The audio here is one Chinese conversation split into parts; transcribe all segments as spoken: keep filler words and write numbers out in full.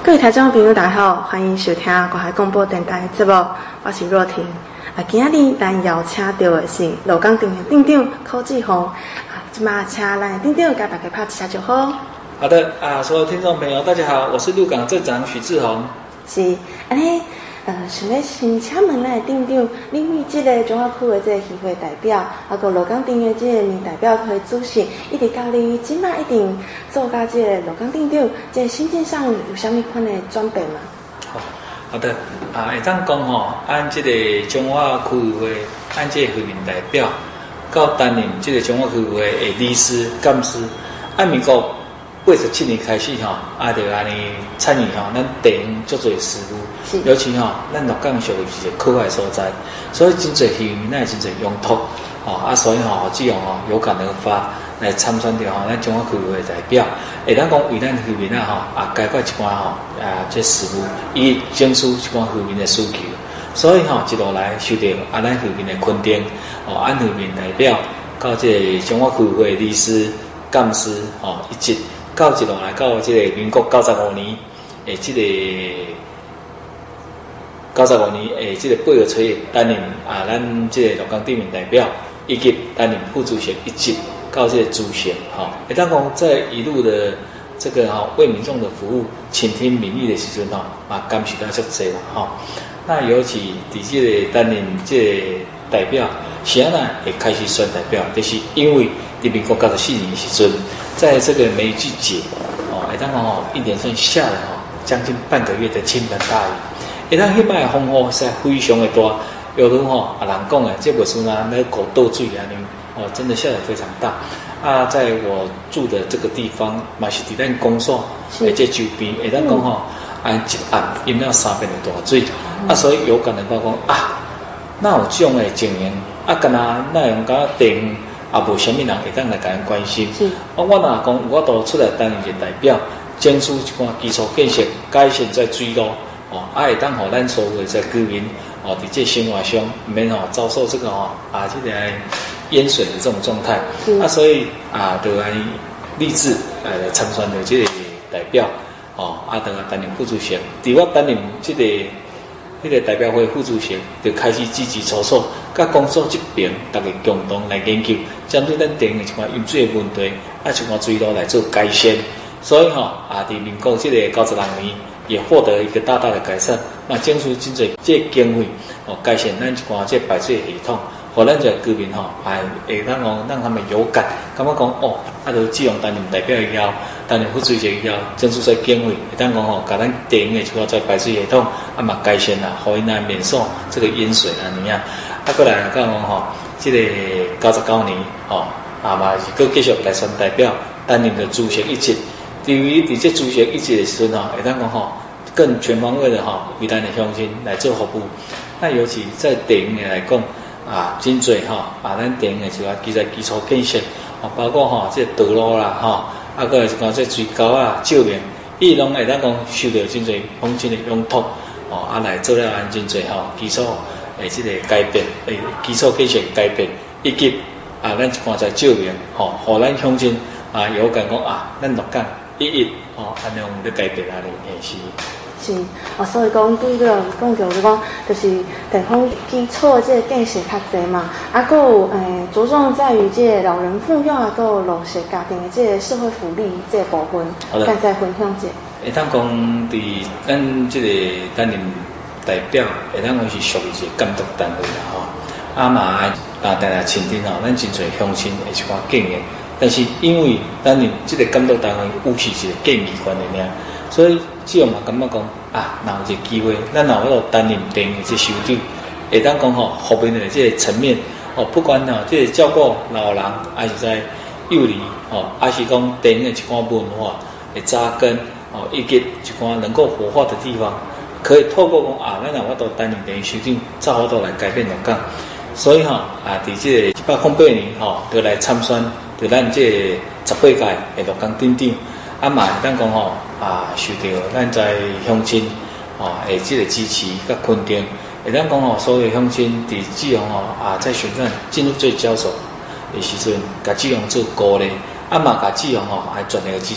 各位听众朋友，大家好，欢迎收听国海广播电台节目，我是若婷。啊，今仔日咱邀请到的是鹿港店的店长柯志宏。啊，即马请咱的店长甲大家拍一下就好。 好的啊，所有听众朋友，大家好，我是鹿港镇长许志宏。 是，安尼。呃，想要先请问咱的店长，恁为即个中华区的即个协会代表，啊，个鹿港店的即个名代表会主席，一直到你即马一定做到即个鹿港店长，即个心境上有啥物款的转变吗？ 好，好的啊，会当讲吼，按即个中华区会按即个会面代表，到担任即个中华区会的理事、干事，按民国八十七年开始吼，啊，就安尼参与吼，咱地方足侪事务。尤其吼，咱鹿港属于是一个课外所在，所以真侪渔民也真侪拥托，吼啊，所以吼，志宏吼有感而发来参选着吼，咱中华区会代表，会当讲为咱渔民啊吼啊解决一寡吼啊这事务，以争取一寡渔民的需求，所以吼一路来受到啊咱渔民的肯定，吼按渔民代表到这中华区会理事、干事吼，一直到一路来到这个民国九十五年，诶，这个。九十五年，诶，这个八月初担任啊，咱这个鹿港店面代表，以及担任副主席，一直到这个主席，哈。会当讲在一路的这个哈为民众的服务、倾听民意的时阵哈，啊，感受到足济啦，哈。那尤其伫这个担任这个代表，是安那会开始选代表，就是因为伫民国九十四年的时阵，在这个梅雨季节，哦，会当讲吼，一连串下了哈将近半个月的倾盆大雨。会当迄摆的风雨实在非常的大，犹如吼啊人讲的，这袂输啊那个倒水安尼，哦，真的下得非常大。啊，在我住的这个地方，嘛是伫咱公所，而且周边，会当讲吼，按一暗淹了三遍的大水，啊，所以有感而发讲啊，那有这种的情形，啊，干那那样甲电啊，无虾米人会当来甲咱关心。啊，我若讲我都出来担任一个代表，争取一寡基础建设，改善在水路。哦，啊，会当互咱所有的居民哦，伫这生活上免吼遭受这个吼啊，这个淹水的这种状态。啊，所以啊，就安立志来参选的这个代表哦，啊，等下担任副主席。伫我担任这个这个代表会副主席，就开始积极筹措，甲工作这边大家共同来研究，针对咱地方的一款淹水的问题，啊，一款水路来做改善。所以吼啊，伫民国这个九十六年。也获得一个大大的改善。那争取真侪这经费哦，改善咱一寡这排水系统，互咱这居民吼，还会当讲让他们有感，感觉讲哦，啊，就志宏担任代表以后，担任副主席以后，争取这经费，会当讲吼，甲咱地方的一寡这排水系统啊嘛改善啦，互因来免受这个淹水安尼啊。啊，过来讲讲吼，这个九十九年吼，啊嘛是佮继续来选代表，担任的主席一职。对于伫这主席一直的时阵吼，会当讲吼，更全方位的吼，为咱的乡亲来做服务。那尤其在地方来讲啊，真侪吼啊，咱地方的一个基在基础建设，哦，包括吼这道路啦吼，啊，个是讲这水沟啊、照明，伊拢会当讲受到真侪乡亲的拥托，哦，啊来做了安真侪吼基础诶，这个改变，诶，基础建设改变，以及啊，咱一寡在照明，吼，互咱乡亲啊有感讲啊，咱鹿港。一一哦，安尼样咧改变安尼诶是。 是哦，所以讲对个讲到就讲，就是地方基础即个建设较济嘛，啊，还有诶着重在于即个老人妇幼啊，还有弱势家庭的即个社会福利即个部分，敢再分享者。 会当讲伫咱即个担任代表，会当讲是属于一个监督单位啦吼，啊嘛啊，定定倾听吼，咱真侪乡亲的一寡建议。但是因为担任这个监督单位有是一个建议权的尔，所以志宏嘛感觉讲啊，若有一个机会，咱若要担任地方的这首长，会当讲吼，后面的这个层面哦，不管吼，这个照顾老人，还是在幼儿哦，还是讲地方的一寡文化的扎根哦，以及一寡能够活化的地方，可以透过讲啊，咱若要到担任地方首长，才好到来改变鹿港。所以吼啊，伫这个一百零八年吼，就来参选。就咱这十八届的鹿港店长，啊嘛，咱讲吼啊，受到咱在乡亲吼诶这个支持甲肯定，会咱讲吼，所有乡亲伫志宏吼啊，在选战进入最交手的时阵，甲志宏做鼓励，啊嘛，甲志宏吼还全力支持，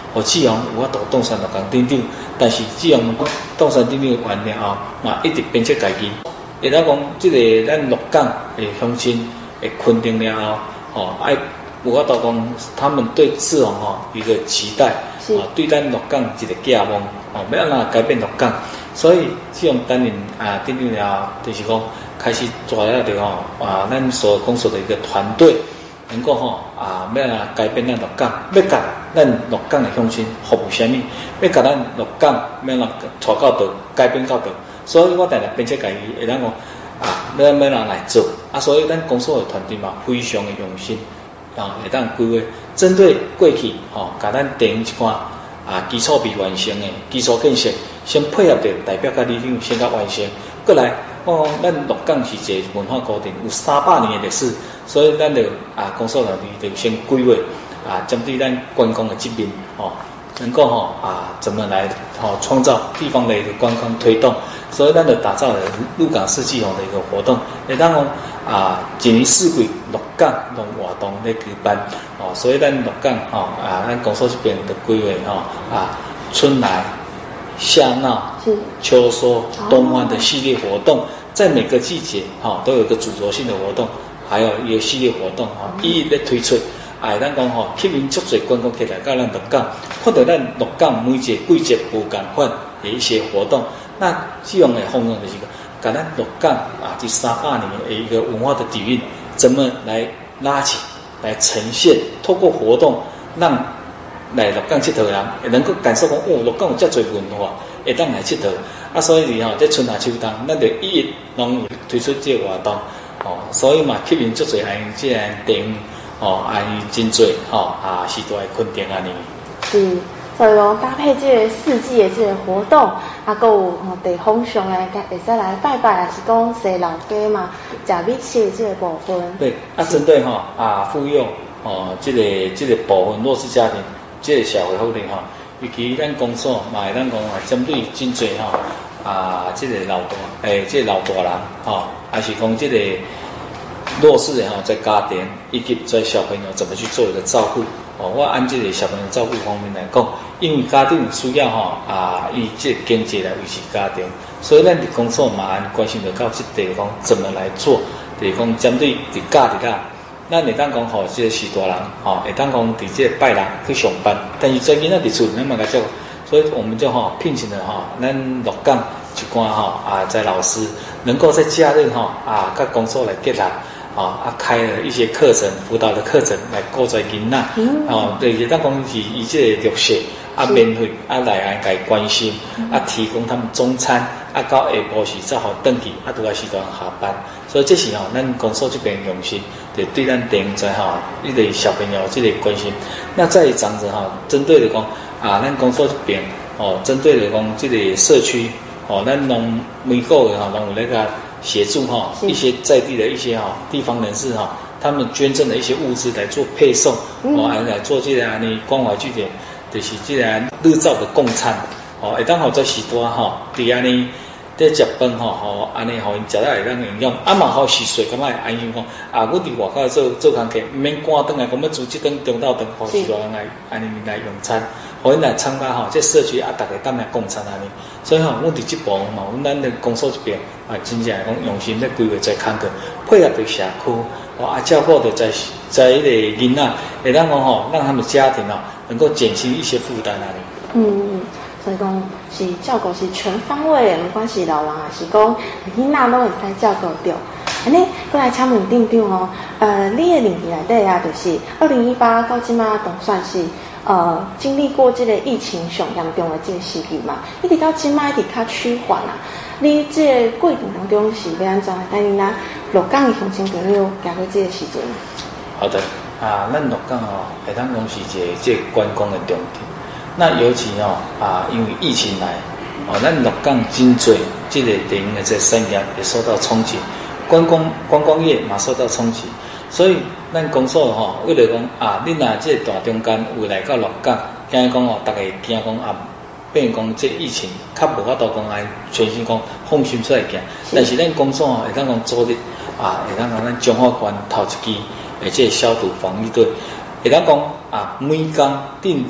和志宏有法度当选六港顶长，但是志宏当选顶长完了后，嘛一直鞭策家己。会当讲，即个咱鹿港的乡亲会肯定了后，吼爱有法度讲，他们对志宏吼一个期待，啊，对咱鹿港一个寄望，哦，要安怎改变鹿港。所以志宏担任啊顶长了，就是讲开始抓了着吼啊，咱所公所的一个团队，能够吼啊，要安怎改变咱鹿港，要甲咱鹿港的乡亲服务啥物，要甲咱鹿港要安怎带到倒，改变到倒。所以我定定并且家己会当讲啊，要要人来做啊，所以咱公所的团队嘛，非常的用心啊，会当规划针对过去吼，甲咱地方一寡啊基础未完成的基础建设，先配合着代表甲里长先甲完成，过来我讲咱鹿港是一个文化古镇，有三百年的历史，所以咱就啊公所团队就先规划啊，针对咱观光的这边吼。能够吼啊，怎么来吼创造地方的一个观光推动？所以咱就打造了鹿港四季红的一个活动，会当讲啊，一年四季鹿港拢活动咧举办哦。所以咱鹿港吼啊，咱公所这边的规划吼啊，春来、夏闹、秋收、冬欢的系列活动，在每个季节哈都有一个主轴性的活动，还有一个系列活动哈，一一的推出。哎，咱讲吼，吸引足侪观光客来到咱鹿港，看到咱鹿港每一个季节不同款的一些活动。那这样的方向就是讲，咱鹿港啊，这三百年的一个文化的底蕴，怎么来拉起、来呈现？透过活动，让来鹿港佚佗的人也能够感受到，哦，鹿港有遮侪文化，会当来佚佗。啊，所以吼，在春夏秋冬，咱就一一拢推出这个活动，哦，所以嘛，吸引足侪安这样地方。哦，安尼真侪吼啊，时代肯定安尼。 是，所以讲搭配这个四季的这个活动，啊，还有吼地方上来，会使来拜拜，还是讲洗老街嘛，食美食的这个部分。 对，啊，针对吼啊妇幼哦，这个这个部分弱势家庭，这个社会福利吼，尤其咱公所嘛会当讲啊，针对真侪吼啊，这个老大诶，这个老大人吼，还是讲这个。弱势的哈，在家庭以及在小朋友怎么去做一个照顾哦？我按这个小朋友照顾方面来讲，因为家庭需要哈啊，以这经济来维持家庭，所以咱伫工作嘛，关心着到这地方怎么来做，就是讲针对伫家里啦，咱会当讲吼，这个是大人吼，会当讲伫这拜六去上班，但是最近仔伫厝咱嘛个做，所以我们就哈聘请了哈，咱鹿港一寡哈啊，在老师能够在假日哈啊，甲工作来结合。啊，啊开了一些课程，辅导的课程来顾在囡仔，哦，对，也当讲是以这个绿色啊免费啊来安甲伊关心，啊提供他们中餐，啊到下晡时才好登去，啊拄啊时段下班，所以这是吼咱公所这边用心，对对咱地方在吼一个小朋友这个关心。那在这样子哈，针对来讲啊，咱公所这边哦，针对来讲这个社区哦，咱拢每个月哈拢有那个。协助哈一些在地的一些哈地方人士哈，他们捐赠的一些物资来做配送，哦，来做这个安尼关怀据点，就是这个日照的供餐，哦，会当好在时段哈，伫安尼在食饭吼，吼安尼互因食了会当营养，啊嘛好洗水，感觉会安心讲啊，阮伫外口做做工课，毋免赶转来，讲要煮即顿中昼顿，互时段人来安尼来用餐，互因来参加吼，这社区啊，逐个当来共餐安尼。所以吼，阮伫即部嘛，阮咱的公所这边啊，真正来讲用心咧规划在工课，配合着社区，哦啊，照顾着在在迄个囡仔，会当讲吼，让他们家庭哦能够减轻一些负担安尼。 嗯。所以讲是照顾是全方位的，不管是老人还是讲囡仔拢会使照顾到。安尼，过来请问店长哦，呃，你的年纪内底啊，就是二零一八到即马都算是呃经历过这个疫情上严重的这个时期嘛，一直到即马一直较趋缓啊。你这个过程当中是要安怎带领咱鹿港的乡亲朋友行过这个时阵？ 好的啊，咱鹿港哦，会当讲是一个这个观光的重点。那尤其哦啊，因为疫情来，哦，咱鹿港真侪这个地方的这产业也受到冲击，观光观光业嘛受到冲击，所以咱公所吼，为了讲啊，你若这大中间有来到鹿港，惊讲哦，大家惊讲啊，变讲这疫情较无法度讲来全心讲放心出来行，但是咱公所吼会当讲组织啊，会当讲咱中华关头一支，而且消毒防疫队。会当讲啊，每工定点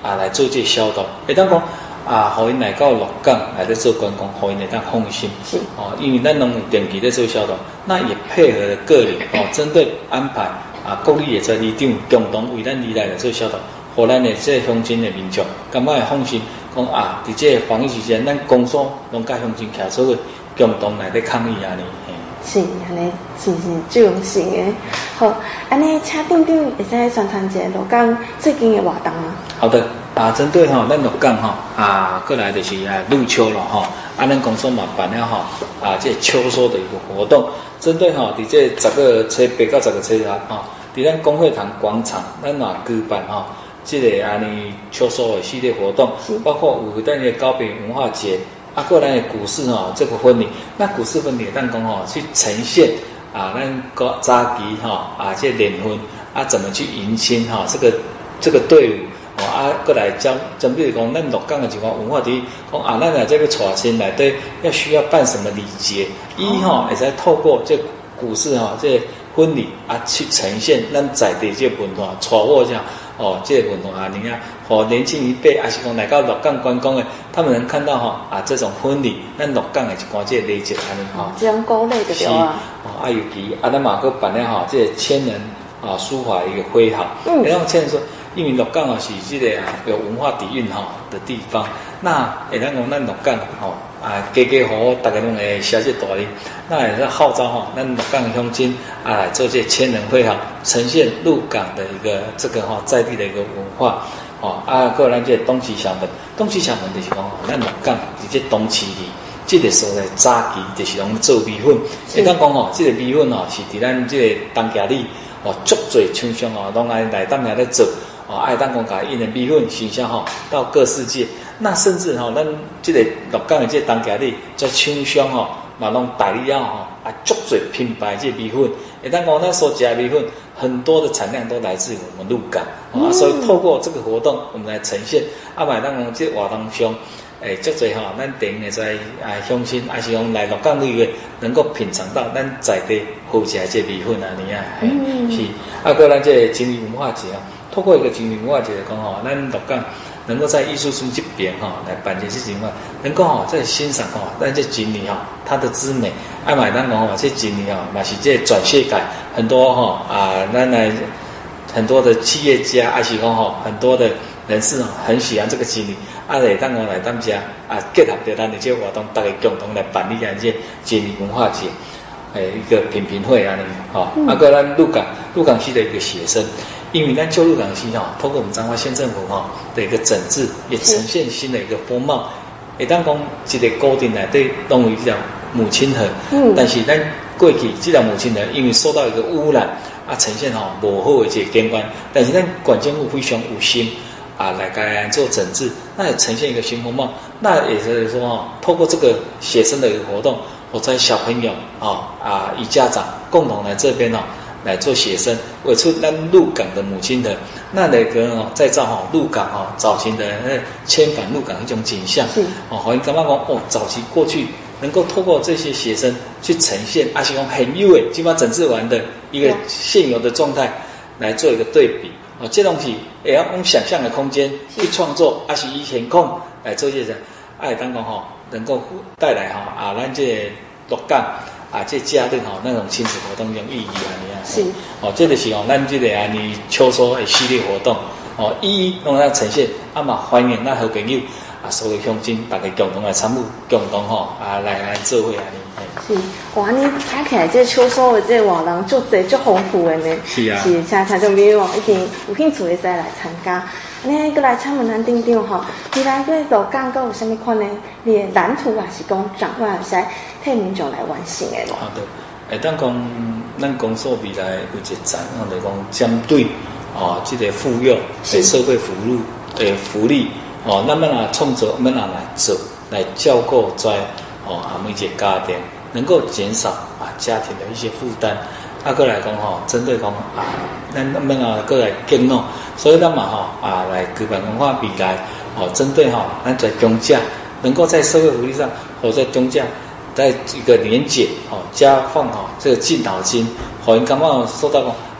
啊来做这消毒，会当讲啊，互因来到鹿港来咧做观光，互因会当放心。 是哦，因为咱拢有定期咧做消毒，那也配合了各里哦，针对安排啊，各里也在里长共同为咱里来来做消毒，互咱的这乡亲的民众感觉会放心，讲啊，伫这防疫期间，咱公所拢甲乡亲徛做伙，共同来咧抗疫安尼。 是安尼，是是最荣幸的。好，安尼请顶顶会使宣传一下鹿港最近的活动吗？ 好的。啊，针对吼、哦，咱鹿港吼啊，过来就是啊入秋了吼，啊，咱公司嘛办了吼啊，这秋收的一个活动，针对吼、哦，伫这十个初八到十个初六吼，伫咱公会堂广场，咱嘛举办吼，这个安尼秋收的系列活动，包括有咱的高屏文化节，啊，过来的股市吼、哦、这个婚礼，那股市婚礼咱讲吼去呈现啊，咱个早期吼啊，这联婚啊怎么去迎亲哈、哦，这个这个队伍。哦啊，过来讲，针对讲咱鹿港的情况，文化第一，讲啊，咱啊这个娶亲来对，要需要办什么礼节？一吼，也在透过这股市哈，这婚礼啊，去呈现咱在地这文化，娶我这样哦，这文化啊，你看，和年轻一辈，还是讲来到鹿港观光的，他们能看到哈啊这种婚礼，咱鹿港的一寡这礼节安尼哈， 这种鼓励就对啊。 哦，啊，尤其啊，咱马哥办了哈，这千人啊书法一个挥毫，嗯，让千人说。因为鹿港啊是这个啊有文化底蕴哈的地方，那会当讲咱鹿港吼啊家家户户大家拢会写这大礼，那也是号召吼咱鹿港的乡亲啊来做这千人会哈，呈现鹿港的一个这个哈在地的一个文化，哦啊，个咱这东市小门，东市小门就是讲咱鹿港伫这东市里，这个所在早期就是拢做米粉，会当讲吼这个米粉吼是伫咱这个东家里哦足侪厂商哦拢爱来当来咧做。哦，爱当讲甲因的米粉形象吼到各世界，那甚至吼、哦，咱这个鹿港的这当家里在厂商吼，嘛拢代理了吼，啊，足侪品牌这米粉，会当讲咱所食的米粉，很多的产量都来自于我们鹿港，嗯、啊，所以透过这个活动，我们来呈现，啊，嘛当讲这活动上，诶，足侪吼，咱等于在啊乡亲，还是讲来鹿港旅游，能够品尝到咱在地好食的这米粉啊，你啊，嗯、是，啊，过咱这精灵文化节啊。透过一个精灵文化节来讲吼，咱鹿港能够在艺术村这边哈来办这些情况，能够哈在欣赏哈，咱这精灵哈它的之美，爱买咱讲吼这精灵哈，嘛是这转世界很多哈啊，咱来很多的企业家，还是讲吼很多的人士很喜欢这个精灵，啊来当我来当家啊结合着咱的这活动，大家共同来办理下这精灵文化节。诶，一个品评会啊，你哈，啊个咱鹿港鹿港区的一个写生，因为咱旧鹿港区哈，通过我们彰化县政府哈的一个整治，也呈现新的一个风貌。会当讲一个固定来对弄为叫母亲河，嗯，但是咱过去这条母亲河因为受到一个污染啊，呈现哈无好的这个景观，但是咱管政府非常有心啊来该做整治，那也呈现一个新风貌。那也是说哈，透过这个写生的一个活动。我在小朋友啊啊，与家长共同来这边哦，来做写生，绘出咱鹿港的母亲的那那个哦，再造哈鹿港哦早期的那迁返鹿港一种景象，哦，好像刚刚讲哦，早期过去能够透过这些写生去呈现，而且讲很优美，基本上整治完的一个现有的状态来做一个对比，哦，这东西也要用想象的空间去创作，而是以填空来做这些，爱当讲哈。能够带来哈啊，咱这鹿港啊，这假日哈那种亲子活动种意义啊，你看是哦，这个是哦，咱这个啊，你秋收的系列活动哦，一一让它呈现，啊嘛欢迎咱好朋友啊，所有乡亲大家共同来参与，共同吼啊来来做伙啊你。是，哇！你睇起来这秋收的这活动足侪足丰富的呢。 是啊。 是，请听众朋友一定有兴趣的再来参加。你过来请问咱顶长吼，未来个鹿港阁有啥物款呢？你的蓝图还是讲掌握是在替民众来完成的咯？ 好的，诶，当讲咱公所未来有一站，我哋讲针对哦，这个妇幼诶社会福利诶福利哦，那么啊创造我们啊来做来照顾在哦啊每一个家庭，能够减少啊家庭的一些负担。啊，过来讲吼，针对讲啊，咱咱们啊过来建弄，所以咱嘛吼啊来举办文化比来哦，针对吼咱在中价能够在社会福利上或在中价在一个年节哦加放吼这个敬老金，好因感觉受到讲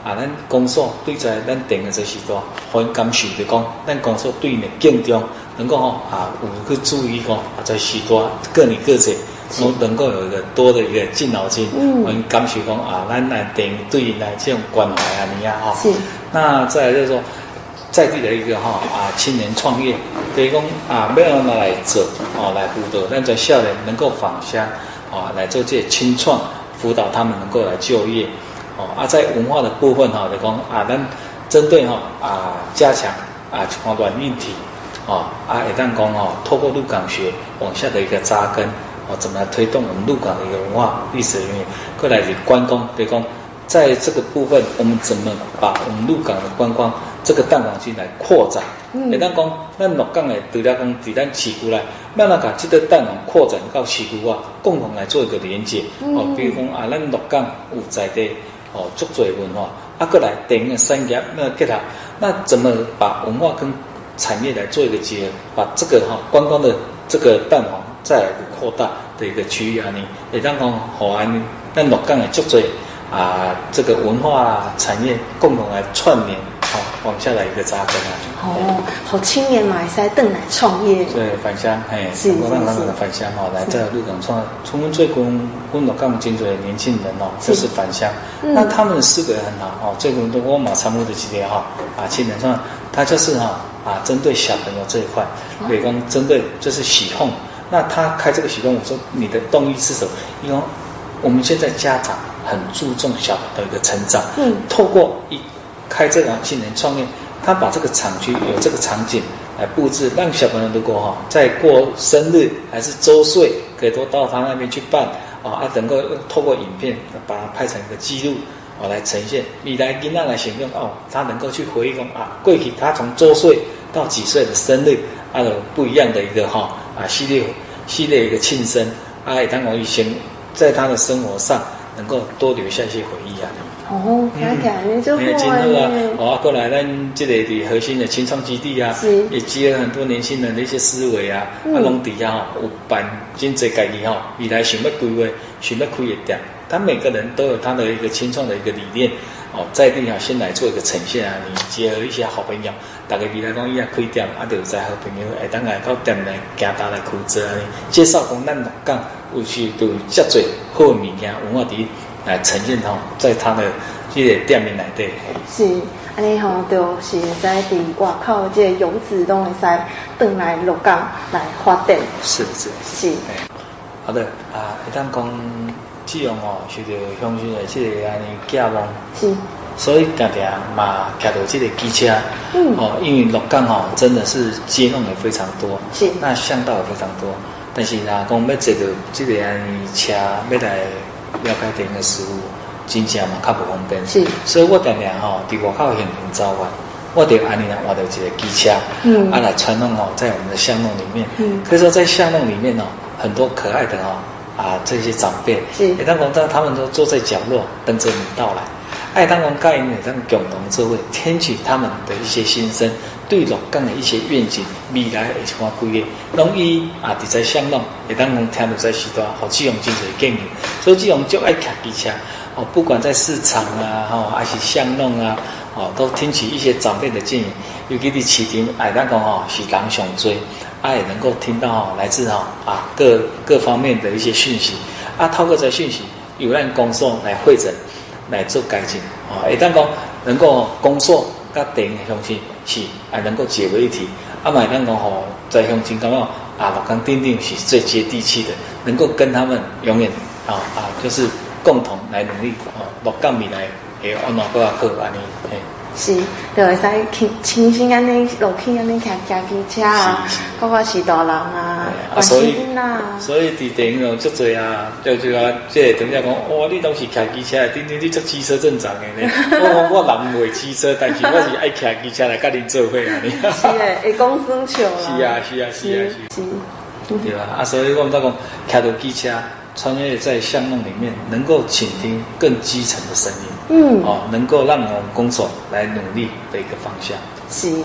啊，咱公所对在咱定的这时段，互因感受着讲，咱公所对因的敬重，能够吼啊有去注意讲啊在时段各年各节，能能够有一个多的一个敬老金，互因感受讲啊，咱来定对因来这种关怀啊，你啊哈。是。那再来就是说，在地的一个哈啊青年创业，等于讲啊要让他来做哦来辅导，咱在少年能够返乡啊来做这青创辅导，他们能够来就业。哦啊，在文化的部分哈，就讲啊，咱针对哈啊加强啊像软硬体，哦啊，会当讲哦，透过鹿港学往下的一个扎根，哦，怎么来推动我们鹿港的一个文化历史人员，过来是观光，对讲，在这个部分，我们怎么把我们鹿港的观光这个淡黄区来扩展？会当讲，咱鹿港的除了讲伫咱市区内，咱来把这个淡黄扩展到市区外，共同来做一个连接。哦，比如讲啊，咱鹿港有在地。哦，足多文化，啊，过来等个产业那结合，那怎么把文化跟产业来做一个结合，把这个哈、哦、观光的这个淡黄再来扩大的一个区域啊，你也当讲好安，咱鹿港的足多啊，这个文化啊产业共同来串联，好、哦、往下来一个扎根啊。 哦，好青年嘛，会使转来创业。 对，返乡，嘿，我让他们返乡哦，来在鹿港创，从阮最近阮鹿港真侪年轻人哦，就是返乡。嗯、那他们的思维很好哦，最近我马参与的几天哈啊青年创，他就是哈啊针对小朋友这一块，比如讲针对就是喜控，那他开这个喜控，我说你的动力是什么？因为我们现在家长很注重小孩的一个成长，嗯，透过一开这个青年创业。他把这个厂区有这个场景来布置，让小朋友如果哈在过生日还是周岁，可以都到他那边去办啊，能够透过影片把它拍成一个记录啊来呈现。你来囡仔来形容哦，他能够去回忆讲啊，过去他从周岁到几岁的生日啊，有不一样的一个哈啊系列系列一个庆生啊，也当我以前在他的生活上能够多留下一些回忆啊。 哦，听起来你就很好啊！哦，过来咱这个的核心的青创基地啊，也集了很多年轻人的一些思维啊，啊，拢底下哈有办真侪家己哈，未来想要规划、想要开的店，他每个人都有他的一个青创的一个理念哦，在地哈先来做一个呈现啊，你结合一些好朋友，大家未来讲伊也开店，啊，就有在好朋友会当来到店内行大来开做啊，介绍讲咱鹿港有时都有遮侪好的物件文化底。来呈现吼，在他的这个店面内底。 是，安尼吼，就是会使伫外口这个游子拢会使转来鹿港来发展。 是是是。 好的啊，会当讲这样哦，受到乡亲的这个安尼寄望。是。所以常常嘛，看到这个机车，嗯，哦，因为鹿港哦，真的是街弄也非常多，是，那巷道也非常多，但是若讲要坐到这个安尼车要来。了解电影的事物，真正嘛较不方便。是，所以我常常吼伫外口行行走玩，我得安尼来换到一个机车，嗯，啊来传弄哦，在我们的巷弄里面，嗯，可以说在巷弄里面哦，很多可爱的哦啊这些长辈，是，也当讲他们都坐在角落等着你到来，爱当讲盖因也当共同做位，听取他们的一些心声。对鹿港的一些愿景，未来会是看几个，拢伊啊伫在巷弄，会当讲听到在时段，互志勇真侪建议，所以志勇就爱骑机车，哦，不管在市场啊，吼、哦，还是巷弄啊，哦，都听取一些长辈的建议，尤其伫市场，爱当讲吼是人上多，啊也能够听到吼来自吼啊各各方面的一些讯息，啊透过这讯息，由咱公所来会诊，来做改进，哦，会当讲能够公所。甲地方的乡亲是还能够结为一体，啊，买咱讲吼，在乡亲感觉啊，鹿港丁丁是最接地气的，能够跟他们永远啊啊，就是共同来努力啊，鹿港未来会安怎搁较好安尼嘿。是， 就会使轻轻松安尼落去安尼骑骑机车啊，包括是大人啊， 啊，所以所以伫电影哦，足侪啊，就就啊，即个等下讲，哇，你拢是骑机车，顶顶你做机车正常的呢。我我人袂机车，但是我是爱骑机车来甲恁做伙啊，你。 是诶，会讲算笑啦。 是啊，是啊，是啊，是。对吧？啊，所以我们在讲，骑到机车。穿越在巷弄里面，能够倾听更基层的声音，嗯，哦，能够让我们公所来努力的一个方向。 是，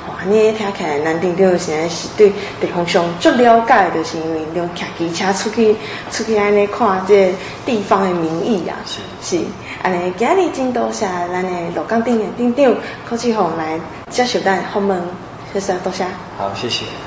哇，你听起来咱顶长现在是对地方上足了解，就是因为用骑机车出去出去安尼看这地方的民意啊， 是是安尼。今日真多谢咱的鹿港顶的顶长柯志宏来接受咱的访问，谢谢多谢。 好，谢谢。